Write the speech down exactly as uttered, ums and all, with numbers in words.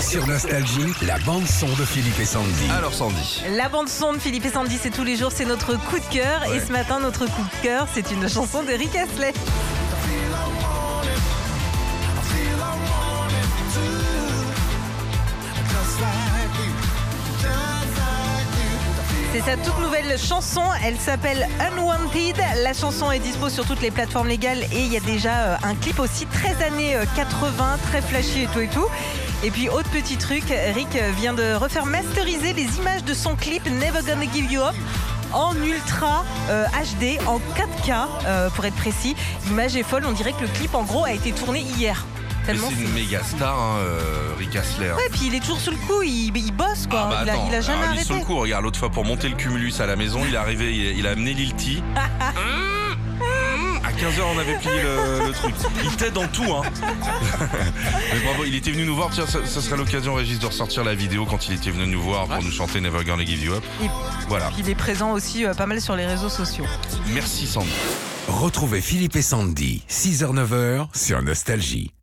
Sur Nostalgie, la bande-son de Philippe et Sandy. Alors Sandy. La bande-son de Philippe et Sandy, c'est tous les jours, c'est notre coup de cœur. Ouais. Et ce matin, notre coup de cœur, c'est une chanson de Rick Astley. C'est sa toute nouvelle chanson, elle s'appelle Unwanted. La chanson est dispo sur toutes les plateformes légales et il y a déjà euh, un clip aussi très années quatre-vingts, très flashy et tout et tout. Et puis autre petit truc, Rick vient de refaire masteriser les images de son clip Never Gonna Give You Up en ultra euh, H D, en quatre K euh, pour être précis. L'image est folle, on dirait que le clip en gros a été tourné hier. Mais c'est une méga star, hein, euh, Rick Astley. Ouais, puis il est toujours sur le coup, il, il bosse quoi. Ah bah il, a, attends, il a jamais alors, lui, arrêté. sur le coup, regarde, l'autre fois pour monter le cumulus à la maison, il est arrivé, il, il a amené Lil T. À quinze heures, on avait plié le, le truc. Il t'aide dans tout, hein. Mais bravo, il était venu nous voir. Tiens, ça, ça serait l'occasion, Régis, de ressortir la vidéo quand il était venu nous voir pour nous chanter Never Gonna Give You Up. Et voilà. Puis il est présent aussi euh, pas mal sur les réseaux sociaux. Merci, Sandy. Retrouvez Philippe et Sandy, six heures neuf heures sur Nostalgie.